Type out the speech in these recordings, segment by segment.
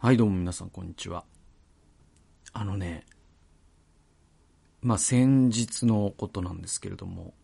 はい、どうも皆さん、こんにちは。先日のことなんですけれども、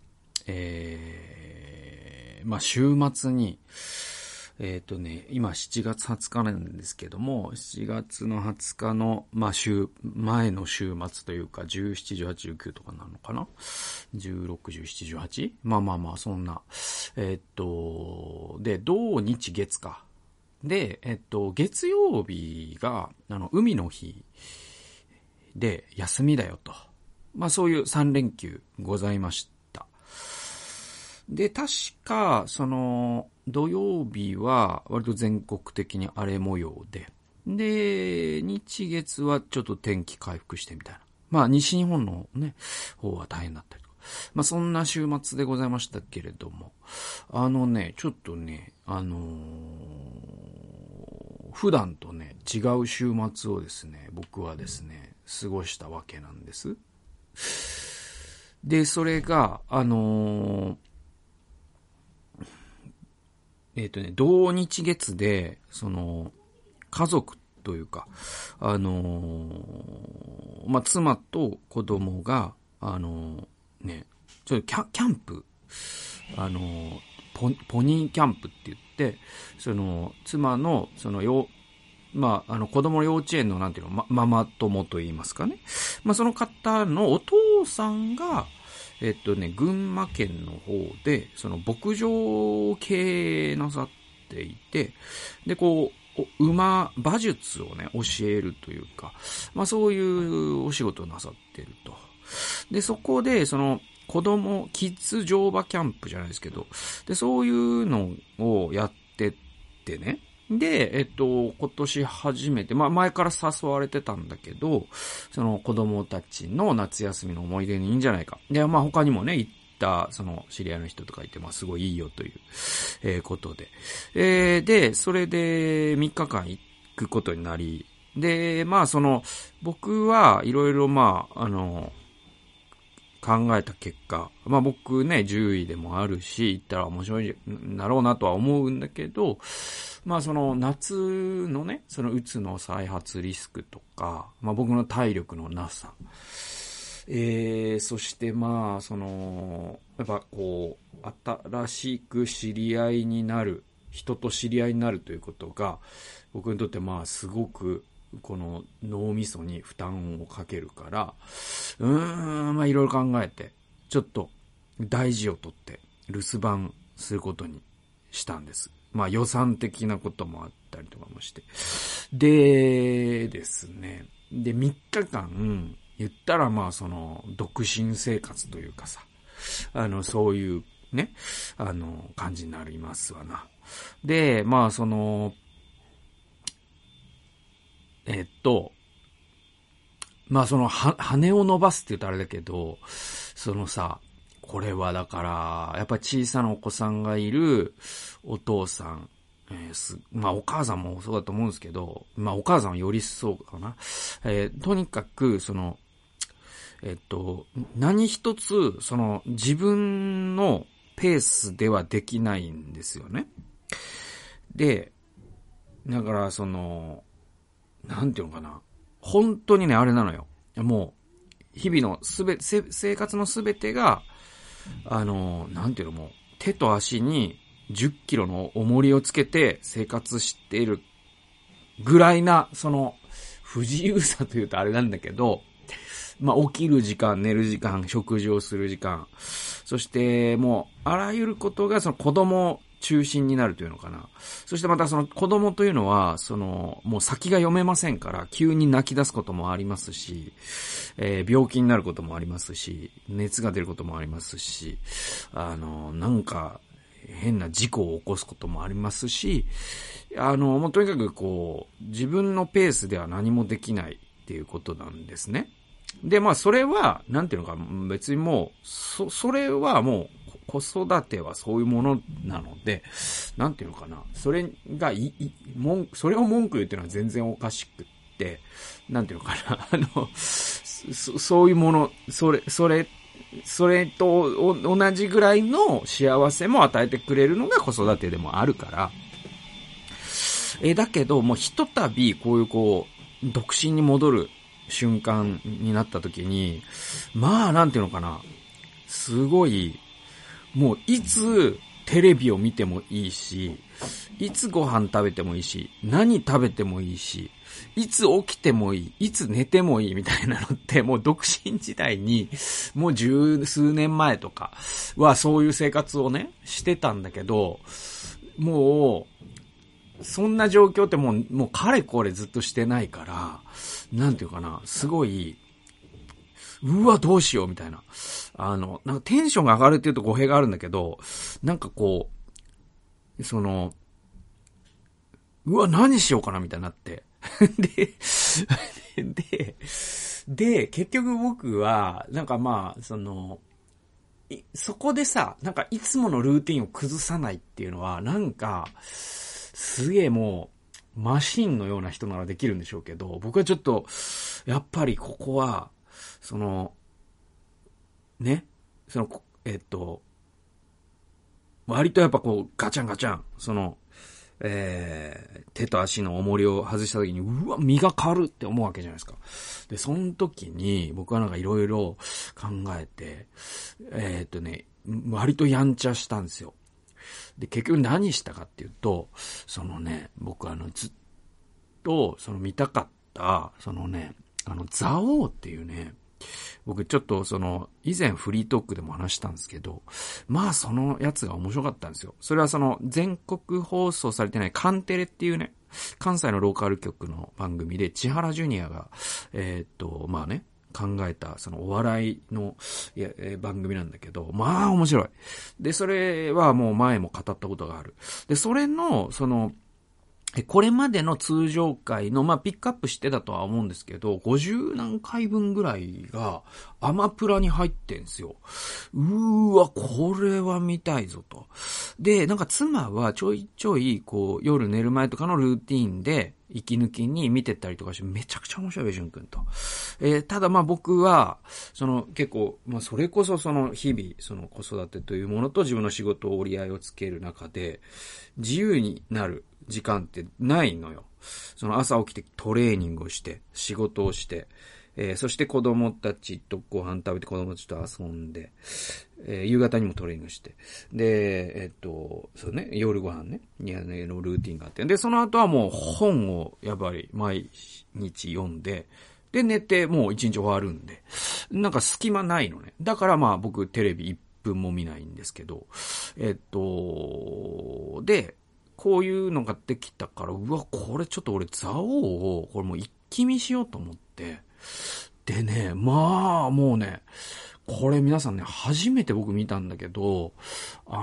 週末に、今7月20日なんですけども、7月の20日の、前の週末というか、17、18、19とかなのかな ?16、17、18? そんな。で、土日月か。で、月曜日が、海の日で休みだよと。そういう3連休ございました。で、確か、土曜日は割と全国的に荒れ模様で、で、日月はちょっと天気回復してみたいな。西日本のね、方は大変だったりとか。そんな週末でございましたけれども、ちょっとね、普段とね、違う週末をですね、僕はですね、過ごしたわけなんです。で、それが、同日月で、家族というか、妻と子供が、ちょっとキャンプ、ポニーキャンプって言って、妻の、子供の幼稚園のなんていうの、ママ友と言いますかね。その方のお父さんが、群馬県の方で、牧場を経営なさっていて、で、馬術をね、教えるというか、そういうお仕事をなさっていると。で、そこで、子供、キッズ乗馬キャンプじゃないですけど、で、そういうのをやってってね。で、今年初めて、前から誘われてたんだけど、子供たちの夏休みの思い出にいいんじゃないか。で、他にもね、行った、知り合いの人とかいて、すごいいいよという、ことで。で、それで3日間行くことになり、で、僕はいろいろ考えた結果、僕ね、獣医でもあるし、行ったら面白いんだろうなとは思うんだけど、夏のね、うつの再発リスクとか、僕の体力のなさ、そしてやっぱ新しく知り合いになる、人と知り合いになるということが、僕にとってすごく、この脳みそに負担をかけるから、いろいろ考えて、ちょっと大事をとって留守番することにしたんです。予算的なこともあったりとかもして。でですね。で、3日間、言ったら独身生活というかさ、そういうね、感じになりますわな。で、羽を伸ばすって言うとあれだけど、これはだから、やっぱり小さなお子さんがいるお父さん、お母さんもそうだと思うんですけど、お母さんはよりそうかな。とにかく、何一つ、自分のペースではできないんですよね。で、だから、なんていうのかな。本当にね、あれなのよ。もう、日々の生活のすべてが、なんていうのもう、手と足に10キロの重りをつけて生活しているぐらいな、不自由さというとあれなんだけど、起きる時間、寝る時間、食事をする時間、そしてもう、あらゆることが子供中心になるというのかな。そしてまた子供というのは、もう先が読めませんから、急に泣き出すこともありますし、病気になることもありますし、熱が出ることもありますし、なんか、変な事故を起こすこともありますし、もうとにかく自分のペースでは何もできないっていうことなんですね。で、それは、なんていうのか、別にもう、それはもう、子育てはそういうものなので、なんていうのかな、それがそれを文句言うっていうのは全然おかしくって、なんていうのかな、そういうもの、それと同じぐらいの幸せも与えてくれるのが子育てでもあるから、 だけど、もうひとたびこういう独身に戻る瞬間になった時に、まあなんていうのかな、すごい、もういつテレビを見てもいいし、いつご飯食べてもいいし、何食べてもいいし、いつ起きてもいい、いつ寝てもいいみたいなのって、もう独身時代に、もう十数年前とかはそういう生活をね、してたんだけど、もう、そんな状況ってもうかれこれずっとしてないから、なんていうかな、すごい、うわ、どうしようみたいな。なんかテンションが上がるっていうと語弊があるんだけど、なんかうわ、何しようかなみたいになって。で、結局僕は、なんかまあ、そこでさ、なんかいつものルーティンを崩さないっていうのは、なんか、すげえもう、マシンのような人ならできるんでしょうけど、僕はちょっと、やっぱりここは、ね、割とやっぱガチャンガチャン、手と足の重りを外した時に、うわ、身が軽って思うわけじゃないですか。で、その時に、僕はなんかいろいろ考えて、割とやんちゃしたんですよ。で、結局何したかっていうと、僕ずっと、見たかった、ザオーっていうね、僕ちょっと以前フリートークでも話したんですけど、まあそのやつが面白かったんですよ。それは全国放送されてないカンテレっていうね、関西のローカル局の番組で千原ジュニアが、まあね、考えたお笑いの番組なんだけど、まあ面白い。で、それはもう前も語ったことがある。で、それのこれまでの通常回の、まあ、ピックアップしてだとは思うんですけど、50何回分ぐらいがアマプラに入ってんすよ。これは見たいぞと。で、なんか妻はちょいちょい、夜寝る前とかのルーティーンで、息抜きに見てったりとかして、めちゃくちゃ面白い、ジュン君と。ただまあ僕は、結構、まあそれこそ日々、子育てというものと自分の仕事を折り合いをつける中で、自由になる時間ってないのよ。朝起きてトレーニングをして、仕事をして、そして子供たちとご飯食べて子供たちと遊んで、夕方にもトレーニングして、で、そうね、夜ご飯ね、のルーティンがあって、で、その後はもう本をやっぱり毎日読んで、で、寝てもう一日終わるんで、なんか隙間ないのね。だからまあ僕テレビ1分も見ないんですけど、で、こういうのができたから、これちょっと俺ザオを、これもう一気見しようと思って、でね、まあ、もうね、これ皆さんね、初めて僕見たんだけど、ア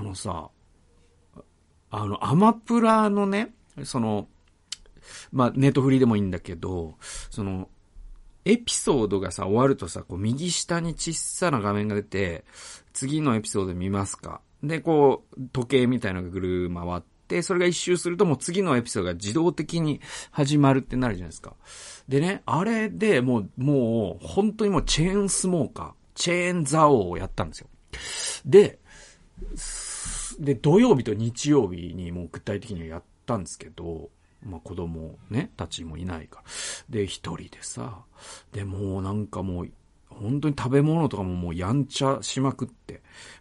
マプラのね、まあ、ネットフリーでもいいんだけど、エピソードがさ、終わるとさ、右下に小さな画面が出て、次のエピソード見ますか。で、時計みたいなのがぐる回って、それが一周するともう次のエピソードが自動的に始まるってなるじゃないですか。でね、あれでもう、本当にもうチェーンスモーカー、チェーンザオをやったんですよ。で、土曜日と日曜日にもう具体的にはやったんですけど、まあ子供ね、たちもいないから。で、一人でさ、で、もうなんかもう、本当に食べ物とかももうやんちゃしまくって、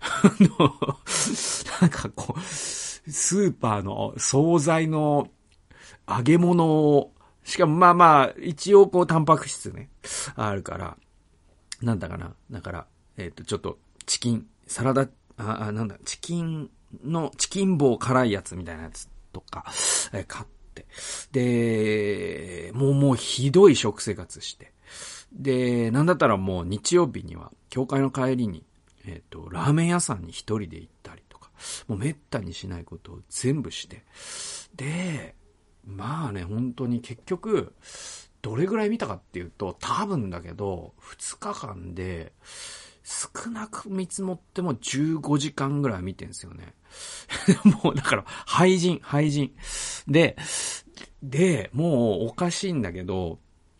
なんかスーパーの惣菜の揚げ物を、しかもまあまあ、一応タンパク質ね、あるから、なんだかな、だから、ちょっとチキン、サラダ、チキン棒辛いやつみたいなやつとか、買って、で、もうひどい食生活して、で、なんだったらもう日曜日には、教会の帰りに、ラーメン屋さんに一人で行ったりとか、もうめったにしないことを全部して、で、まあね、本当に結局、どれぐらい見たかっていうと、多分だけど、2日間で、少なく見積もっても15時間ぐらい見てんですよね。もうだから、廃人。で、もうおかしいんだけど、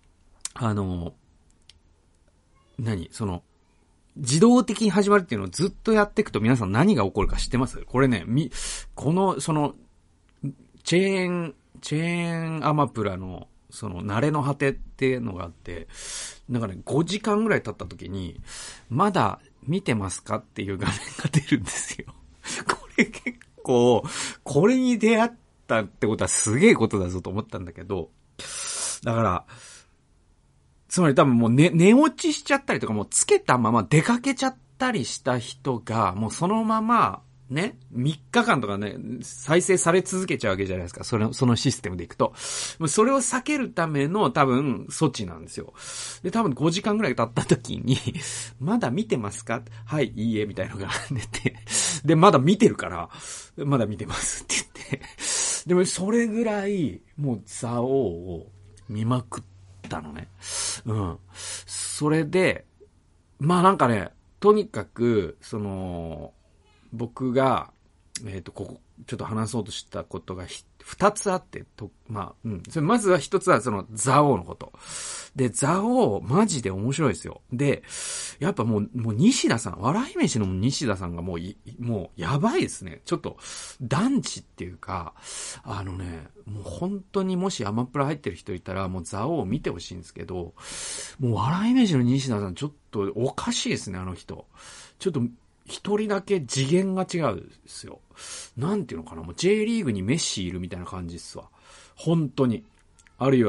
自動的に始まるっていうのをずっとやっていくと皆さん何が起こるか知ってます？これね、チェーンチェーンアマプラの、その、慣れの果てっていうのがあって、なんかね、5時間ぐらい経った時に、まだ見てますかっていう画面が出るんですよ。これ結構、これに出会ったってことはすげえことだぞと思ったんだけど、だから、つまり多分もう寝落ちしちゃったりとか、もうつけたまま出かけちゃったりした人が、もうそのまま、ね、3日間とかね、再生され続けちゃうわけじゃないですか。そのシステムでいくと。それを避けるための多分措置なんですよ。で、多分5時間ぐらい経った時に、まだ見てますか？はい、いいえ、みたいなのが出て、で、まだ見てるから、まだ見てますって言って、でもそれぐらい、もうザオを見まくったのね。うん。それで、まあなんかね、とにかく、僕が、ここ、ちょっと話そうとしたことが2つあって、まずは1つはザオのこと。で、ザオ、マジで面白いですよ。で、やっぱもう西田さん、笑い飯の西田さんがもうやばいですね。ちょっと、団地っていうか、もう本当にもしアマプラ入ってる人いたら、もうザオを見てほしいんですけど、もう笑い飯の西田さん、ちょっとおかしいですね、あの人。ちょっと、一人だけ次元が違うんですよ。なんていうのかな、もう J リーグにメッシいるみたいな感じっすわ。本当に。あるいは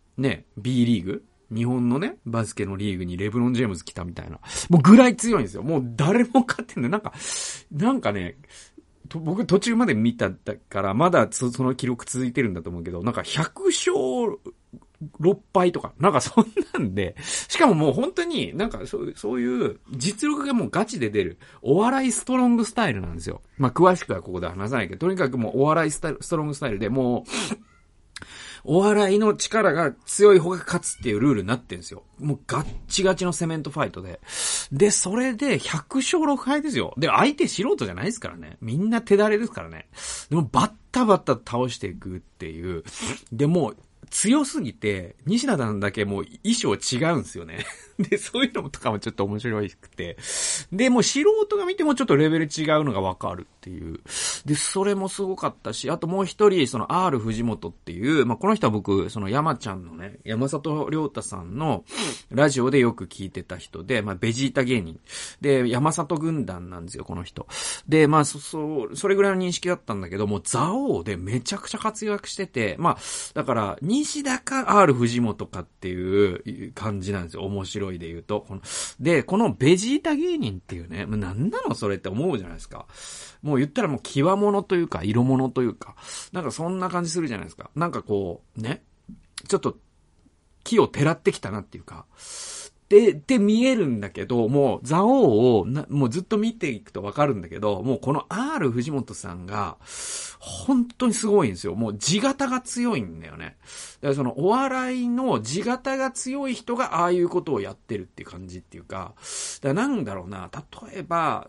B リーグ日本のね、バスケのリーグにレブロン・ジェームズ来たみたいな。もうぐらい強いんですよ。もう誰も勝ってんの。なんかね、僕途中まで見たから、まだその記録続いてるんだと思うけど、なんか100勝6敗とか、なんかそんなんで、しかももう本当になんかそういう実力がもうガチで出るお笑いストロングスタイルなんですよ。まあ詳しくはここで話さないけど、とにかくもうお笑いストロングスタイルでもう、お笑いの力が強い方が勝つっていうルールになってるんですよ。もうガッチガチのセメントファイトで。で、それで100勝6敗ですよ。で、相手素人じゃないですからね。みんな手だれですからね。でもバッタバッタ倒していくっていう。で、もう強すぎて、西田さんだけもう衣装違うんですよね。で、そういうのとかもちょっと面白くて。で、もう素人が見てもちょっとレベル違うのがわかるっていう。で、それもすごかったし、あともう一人、R 藤本っていう、まあ、この人は僕、山ちゃんのね、山里亮太さんのラジオでよく聞いてた人で、まあ、ベジータ芸人。で、山里軍団なんですよ、この人。で、まあ、それぐらいの認識だったんだけど、もうザオでめちゃくちゃ活躍してて、まあ、だから、西田か R 藤本かっていう感じなんですよ。面白いで言うと。このベジータ芸人っていうね、なんなのそれって思うじゃないですか。もう言ったらもう際物というか、色物というか、なんかそんな感じするじゃないですか。なんかこう、ね、ちょっと木をてらってきたなっていうか、で見えるんだけど、もう、ザオをもうずっと見ていくとわかるんだけど、もうこの R 藤本さんが、本当にすごいんですよ。もう地型が強いんだよね。だからお笑いの地型が強い人がああいうことをやってるっていう感じっていうか、だからなんだろうな、例えば、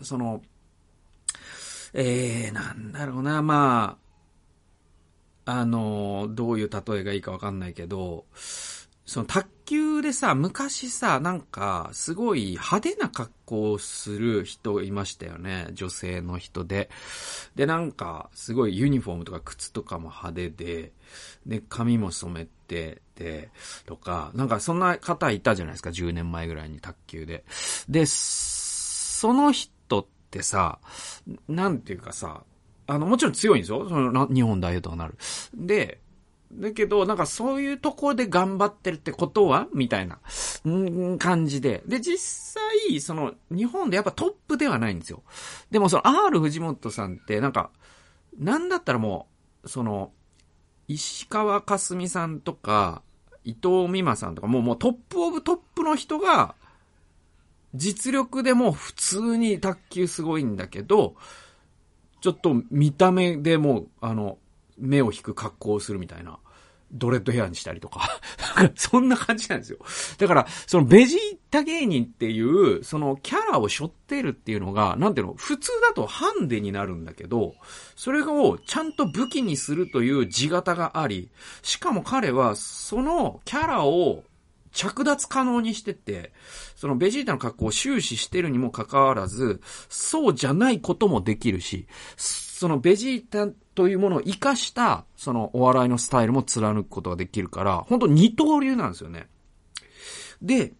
なんだろうな、まあ、どういう例えがいいかわかんないけど、卓球でさ、昔さ、なんか、すごい派手な格好をする人いましたよね。女性の人で。で、なんか、すごいユニフォームとか靴とかも派手で、で、髪も染めて、とか、なんかそんな方いたじゃないですか、10年前ぐらいに卓球で。で、その人ってさ、なんていうかさ、もちろん強いんですよ。日本代表とかなる。で、だけど、なんかそういうところで頑張ってるってことはみたいな、感じで。で、実際、日本でやっぱトップではないんですよ。でもR 藤本さんって、なんか、なんだったらもう、石川佳純さんとか、伊藤美誠さんとか、もうトップオブトップの人が、実力でも普通に卓球すごいんだけど、ちょっと見た目でも目を引く格好をするみたいな。ドレッドヘアにしたりとか。そんな感じなんですよ。だから、ベジータ芸人っていう、キャラを背負ってるっていうのが、なんていうの、普通だとハンデになるんだけど、それをちゃんと武器にするという地型があり、しかも彼は、そのキャラを着脱可能にしてて、ベジータの格好を終始してるにもかかわらず、そうじゃないこともできるし、 そのベジータというものを活かした、そのお笑いのスタイルも貫くことができるから、本当二刀流なんですよね。で、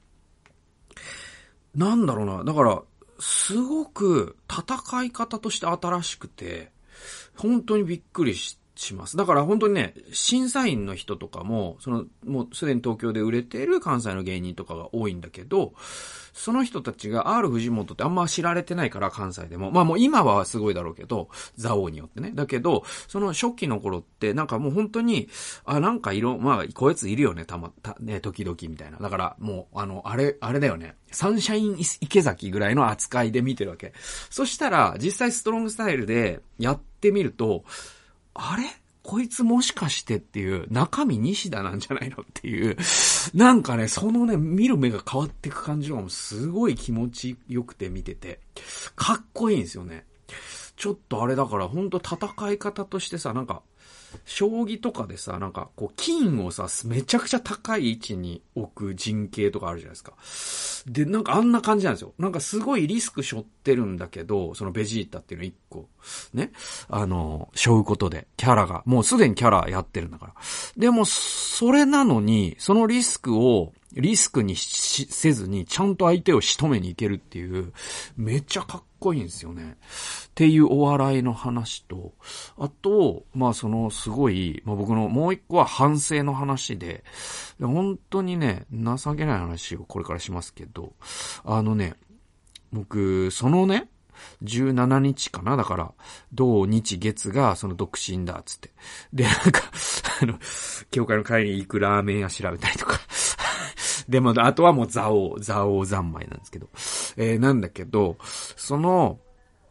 なんだろうな、だから、すごく戦い方として新しくて、本当にびっくりします。だから本当にね、審査員の人とかも、もうすでに東京で売れている関西の芸人とかが多いんだけど、その人たちが R 藤本ってあんま知られてないから、関西でも。まあもう今はすごいだろうけど、蔵王によってね。だけど、その初期の頃って、なんかもう本当に、なんかまあ、こいついるよね、ね、時々みたいな。だからもう、あれだよね。サンシャイン池崎ぐらいの扱いで見てるわけ。そしたら、実際ストロングスタイルでやってみると、あれこいつもしかしてっていう、中身西田なんじゃないのっていう、なんかね、そのね、見る目が変わっていく感じがすごい気持ちよくて見てて、かっこいいんですよね。ちょっとあれだから、ほんと戦い方としてさ、なんか、将棋とかでさ、なんか、こう、金をさ、めちゃくちゃ高い位置に置く陣形とかあるじゃないですか。で、なんかあんな感じなんですよ。なんかすごいリスク背負ってるんだけど、そのベジータっていうの一個、ね。背負うことで、キャラが、もうすでにキャラやってるんだから。でも、それなのに、そのリスクにせずに、ちゃんと相手を仕留めにいけるっていう、めっちゃかっこいいんですよね。っていうお笑いの話と、あと、まあすごい、まあ僕のもう一個は反省の話で、本当にね、情けない話をこれからしますけど、僕、17日かなだから、土日月が独身だっつって。で、なんか、教会の帰りに行くラーメン屋調べたりとか。でも、あとはもう蔵王三昧なんですけど。なんだけど、その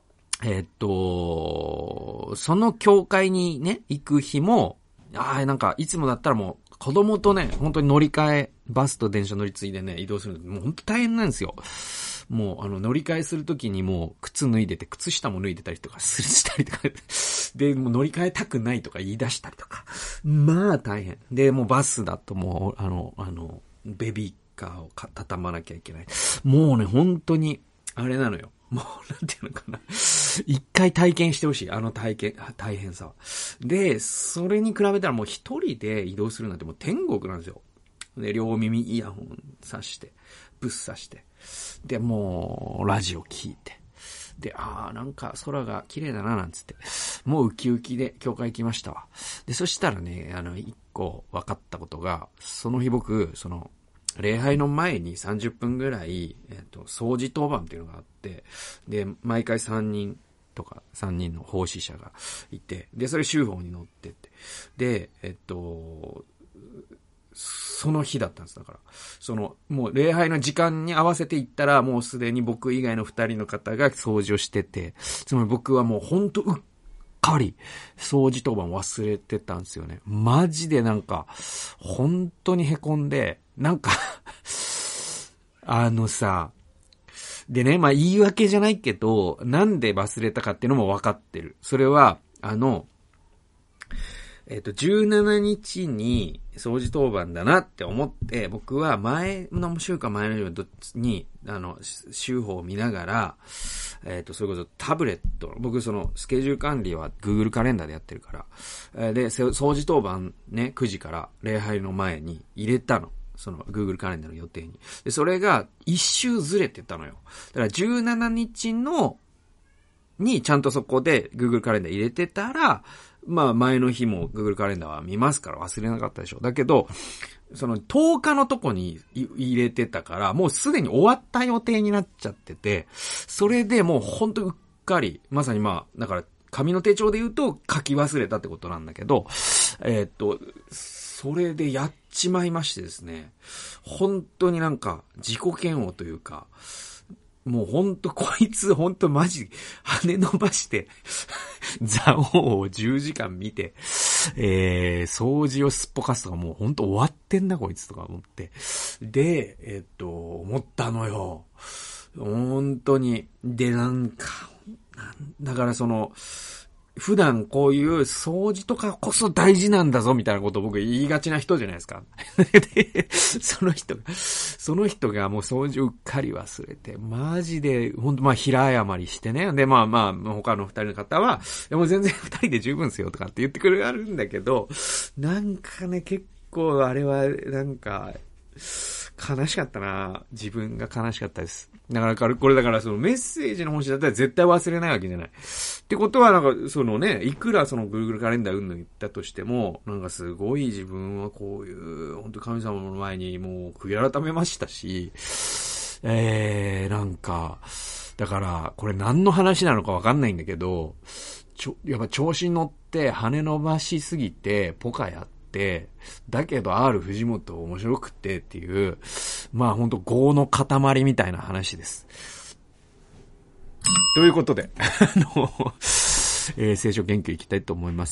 教会にね、行く日も、なんか、いつもだったらもう、子供とね、本当に乗り換え、バスと電車乗り継いでね、移動するのもう本当大変なんですよ。もう、乗り換えするときにもう、靴脱いでて、靴下も脱いでたりとかしたりとか、で、もう乗り換えたくないとか言い出したりとか。まあ、大変。で、もうバスだともう、ベビーカーを畳まなきゃいけない。もうね、本当に、あれなのよ。もう、なんていうのかな。一回体験してほしい。大変さ。で、それに比べたらもう一人で移動するなんてもう天国なんですよ。で、両耳イヤホン挿して、ぶっ刺して。で、もう、ラジオ聞いて。で、なんか空が綺麗だな、なんつって。もうウキウキで教会行きましたわ。で、そしたらね、一個分かったことが、その日僕、礼拝の前に30分ぐらい、掃除当番っていうのがあって、で、毎回3人の奉仕者がいて、で、それ修法に乗ってって。で、その日だったんです。だから、もう礼拝の時間に合わせて行ったら、もうすでに僕以外の2人の方が掃除をしてて、つまり僕はもうほんとうっかり掃除当番忘れてたんですよね。マジでなんか、本当に凹んで、なんかでね、まあ言い訳じゃないけど、なんで忘れたかっていうのも分かってる。それは、17日に掃除当番だなって思って、僕は前の週か前の週に、週報を見ながら、それこそタブレット、僕スケジュール管理は Google カレンダーでやってるから、で、掃除当番ね、9時から礼拝の前に入れたの。Google カレンダーの予定に。で、それが一周ずれてたのよ。だから17日にちゃんとそこで Google カレンダー入れてたら、まあ前の日も Google カレンダーは見ますから忘れなかったでしょ。だけど、10日のとこに入れてたから、もうすでに終わった予定になっちゃってて、それでもうほんとうっかり、まさにまあ、だから紙の手帳で言うと書き忘れたってことなんだけど、それでやっちまいましてですね、本当になんか自己嫌悪というか、もうほんとこいつほんとマジ羽伸ばして蔵王を10時間見て、掃除をすっぽかすとかもうほんと終わってんなこいつとか思って。で、思ったのよ。本当に。で、なんか、だから普段こういう掃除とかこそ大事なんだぞみたいなことを僕言いがちな人じゃないですか。で、その人がもう掃除をうっかり忘れて、マジで、ほんと平謝りしてね。で、他の二人の方は、もう全然二人で十分ですよとかって言ってくれるんだけど、なんかね、結構あれは、なんか、悲しかったな。自分が悲しかったです。だからこれだからそのメッセージの本質だったら絶対忘れないわけじゃない。ってことはなんかそのね、いくらその Google カレンダー言ったとしても、なんかすごい自分はこういう本当神様の前にもう悔い改めましたし、なんかだからこれ何の話なのかわかんないんだけど、やっぱ調子に乗って羽伸ばしすぎてポカやって、だけど R 藤本面白くてっていう、ほんと業の塊みたいな話です。ということで、聖書研究いきたいと思います。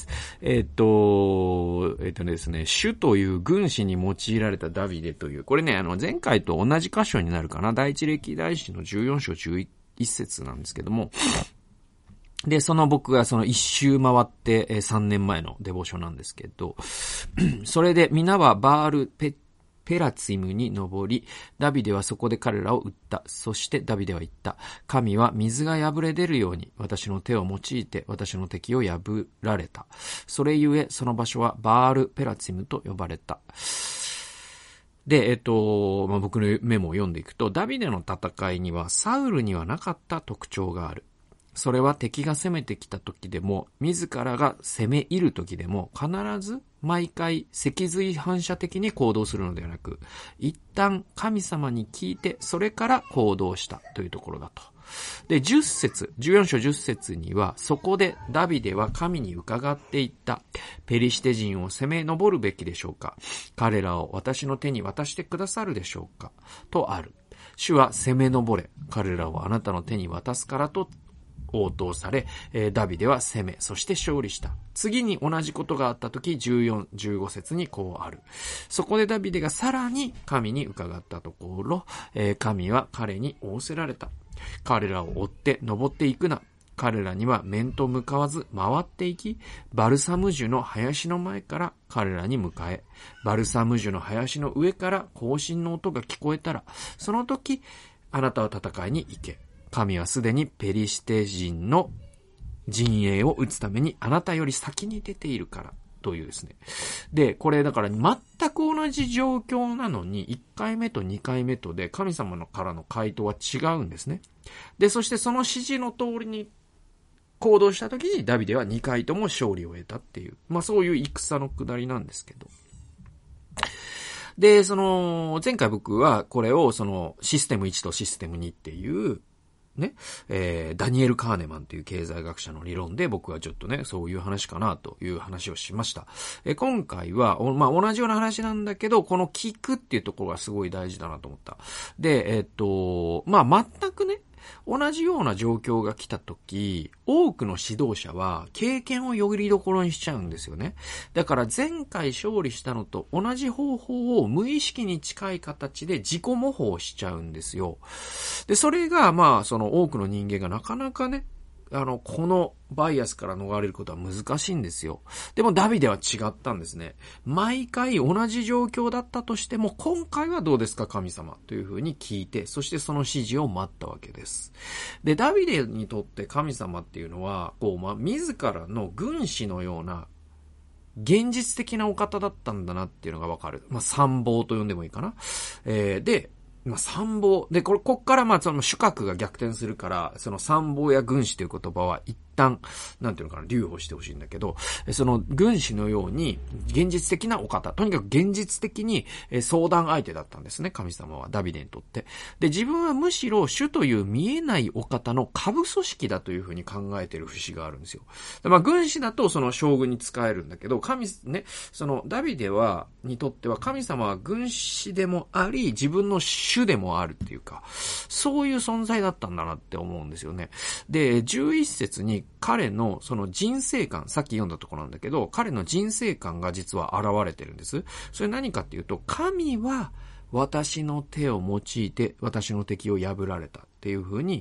ですね、主という軍師に用いられたダビデという、これね、前回と同じ箇所になるかな、第一歴代史の14章11節なんですけども、で、僕が一周回って、3年前のデボーションなんですけど、それで皆はバールペラツィムに登り、ダビデはそこで彼らを撃った。そしてダビデは言った。神は水が破れ出るように私の手を用いて私の敵を破られた。それゆえその場所はバールペラツィムと呼ばれた。で、僕のメモを読んでいくと、ダビデの戦いにはサウルにはなかった特徴がある。それは敵が攻めてきた時でも、自らが攻め入る時でも、必ず毎回脊髄反射的に行動するのではなく、一旦神様に聞いて、それから行動したというところだと。で、14章10節には、そこでダビデは神に伺っていった。ペリシテ人を攻め上るべきでしょうか。彼らを私の手に渡してくださるでしょうか。とある。主は攻め上れ。彼らをあなたの手に渡すからと応答され、ダビデは攻め、そして勝利した。次に同じことがあったとき、14、15節にこうある。そこでダビデがさらに神に伺ったところ、神は彼に仰せられた。彼らを追って登っていくな。彼らには面と向かわず回っていき、バルサム樹の林の前から彼らに迎え、バルサム樹の林の上から行進の音が聞こえたら、その時、あなたは戦いに行け。神はすでにペリシテ人の陣営を撃つためにあなたより先に出ているからというですね。で、これだから全く同じ状況なのに1回目と2回目とで神様のからの回答は違うんですね。で、そしてその指示の通りに行動した時にダビデは2回とも勝利を得たっていう、そういう戦の下りなんですけど。で、前回僕はこれをシステム1とシステム2っていうね、ダニエル・カーネマンという経済学者の理論で僕はちょっとね、そういう話かなという話をしました。今回は、同じような話なんだけど、この聞くっていうところがすごい大事だなと思った。で、全くね、同じような状況が来たとき、多くの指導者は経験をよりどころにしちゃうんですよね。だから前回勝利したのと同じ方法を無意識に近い形で自己模倣しちゃうんですよ。で、それが多くの人間がなかなかね、このバイアスから逃れることは難しいんですよ。でもダビデは違ったんですね。毎回同じ状況だったとしても、今回はどうですか神様というふうに聞いて、そしてその指示を待ったわけです。で、ダビデにとって神様っていうのは、自らの軍師のような現実的なお方だったんだなっていうのがわかる。参謀と呼んでもいいかな。で、参謀。で、こっから主格が逆転するから、参謀や軍師という言葉は一旦、留保してほしいんだけど、軍師のように、現実的なお方。とにかく現実的に相談相手だったんですね、神様は、ダビデにとって。で、自分はむしろ主という見えないお方の下部組織だというふうに考えている節があるんですよ。で軍師だと将軍に仕えるんだけど、ダビデにとっては神様は軍師でもあり、自分の主でもあるっていうか、そういう存在だったんだなって思うんですよね。で、11節に彼の人生観、さっき読んだところなんだけど、彼の人生観が実は現れてるんです。それ何かっていうと、神は私の手を用いて私の敵を破られたっていう風に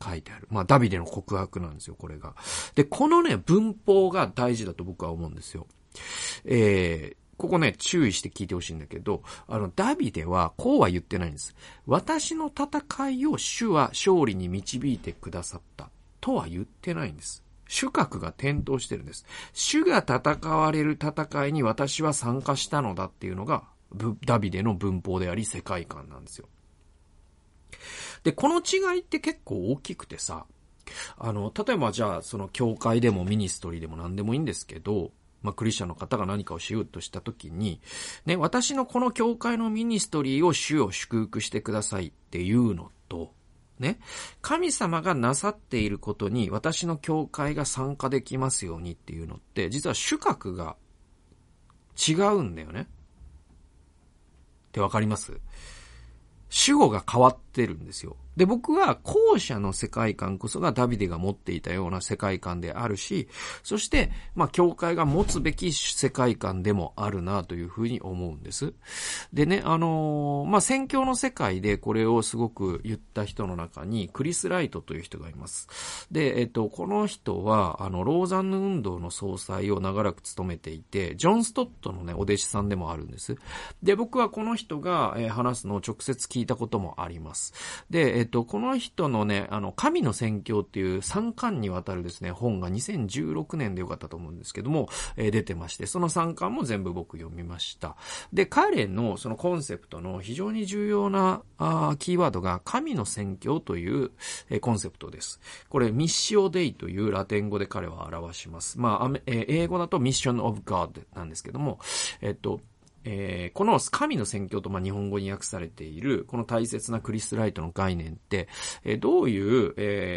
書いてある。ダビデの告白なんですよ、これが。で、このね、文法が大事だと僕は思うんですよ。ここね、注意して聞いてほしいんだけど、ダビデはこうは言ってないんです。私の戦いを主は勝利に導いてくださったとは言ってないんです。主格が転倒してるんです。主が戦われる戦いに私は参加したのだっていうのがダビデの文法であり世界観なんですよ。で、この違いって結構大きくてさ、例えばじゃあその教会でもミニストリーでも何でもいいんですけど、クリスチャンの方が何かをしようとしたときに、ね、私のこの教会のミニストリーを主を祝福してくださいっていうのと、ね、神様がなさっていることに私の教会が参加できますようにっていうのって、実は主格が違うんだよね。ってわかります？主語が変わってるんですよ。で、僕は後者の世界観こそがダビデが持っていたような世界観であるし、そして、教会が持つべき世界観でもあるなというふうに思うんです。でね、宣教の世界でこれをすごく言った人の中に、クリス・ライトという人がいます。で、この人は、ローザンヌ運動の総裁を長らく務めていて、ジョン・ストットのね、お弟子さんでもあるんです。で、僕はこの人が、話すのを直接聞いたこともあります。で、この人のね、神の宣教っていう3巻にわたるですね、本が2016年でよかったと思うんですけども、出てまして、その3巻も全部僕読みました。で、彼のそのコンセプトの非常に重要なキーワードが神の宣教という、コンセプトです。これ、ミッシオデイというラテン語で彼は表します。英語だとミッションオブガードなんですけども、この神の宣教と日本語に訳されているこの大切なクリス・ライトの概念って、どういう、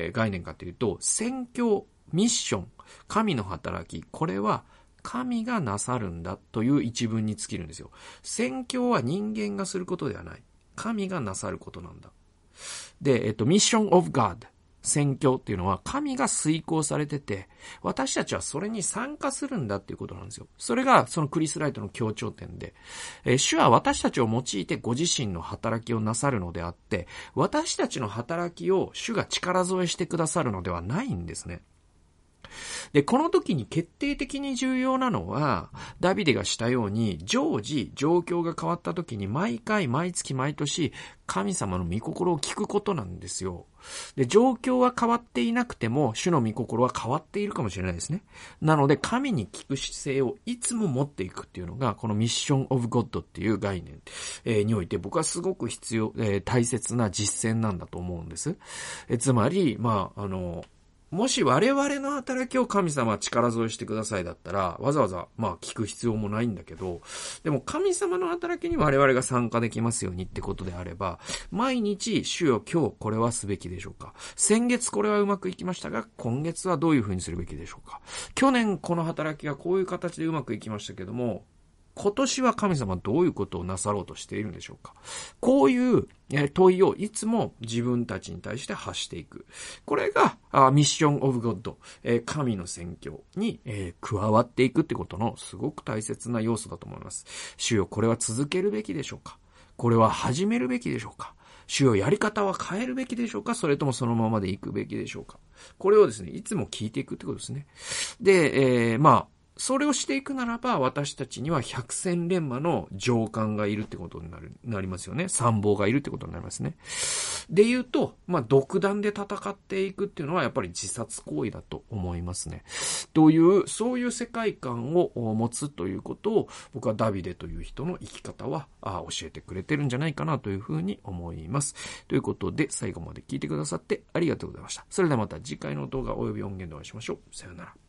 概念かというと、宣教、ミッション、神の働き、これは神がなさるんだという一文に尽きるんですよ。宣教は人間がすることではない。神がなさることなんだ。で、ミッション・オブ・ガード。宣教っていうのは神が遂行されてて、私たちはそれに参加するんだっていうことなんですよ。それがそのクリス・ライトの強調点で、主は私たちを用いてご自身の働きをなさるのであって、私たちの働きを主が力添えしてくださるのではないんですね。で、この時に決定的に重要なのは、ダビデがしたように、常時、状況が変わった時に毎回、毎月、毎年、神様の御心を聞くことなんですよ。で、状況は変わっていなくても、主の御心は変わっているかもしれないですね。なので、神に聞く姿勢をいつも持っていくっていうのが、このミッションオブゴッドっていう概念、において、僕はすごく必要、大切な実践なんだと思うんです。つまり、もし我々の働きを神様は力添えしてくださいだったら、わざわざ聞く必要もないんだけど、でも神様の働きに我々が参加できますようにってことであれば、毎日主よ今日これはすべきでしょうか。先月これはうまくいきましたが、今月はどういうふうにするべきでしょうか。去年この働きがこういう形でうまくいきましたけども、今年は神様どういうことをなさろうとしているんでしょうか。こういう問いをいつも自分たちに対して発していく。これがミッションオブゴッド、神の宣教に加わっていくってことのすごく大切な要素だと思います。主よこれは続けるべきでしょうか。これは始めるべきでしょうか。主よやり方は変えるべきでしょうか。それともそのままでいくべきでしょうか。これをですね、いつも聞いていくってことですね。で、それをしていくならば、私たちには百戦錬磨の上官がいるってことになりますよね。参謀がいるってことになりますね。で言うと、独断で戦っていくっていうのはやっぱり自殺行為だと思いますね。そういう世界観を持つということを、僕はダビデという人の生き方は教えてくれてるんじゃないかなというふうに思います。ということで、最後まで聞いてくださってありがとうございました。それではまた次回の動画及び音源でお会いしましょう。さようなら。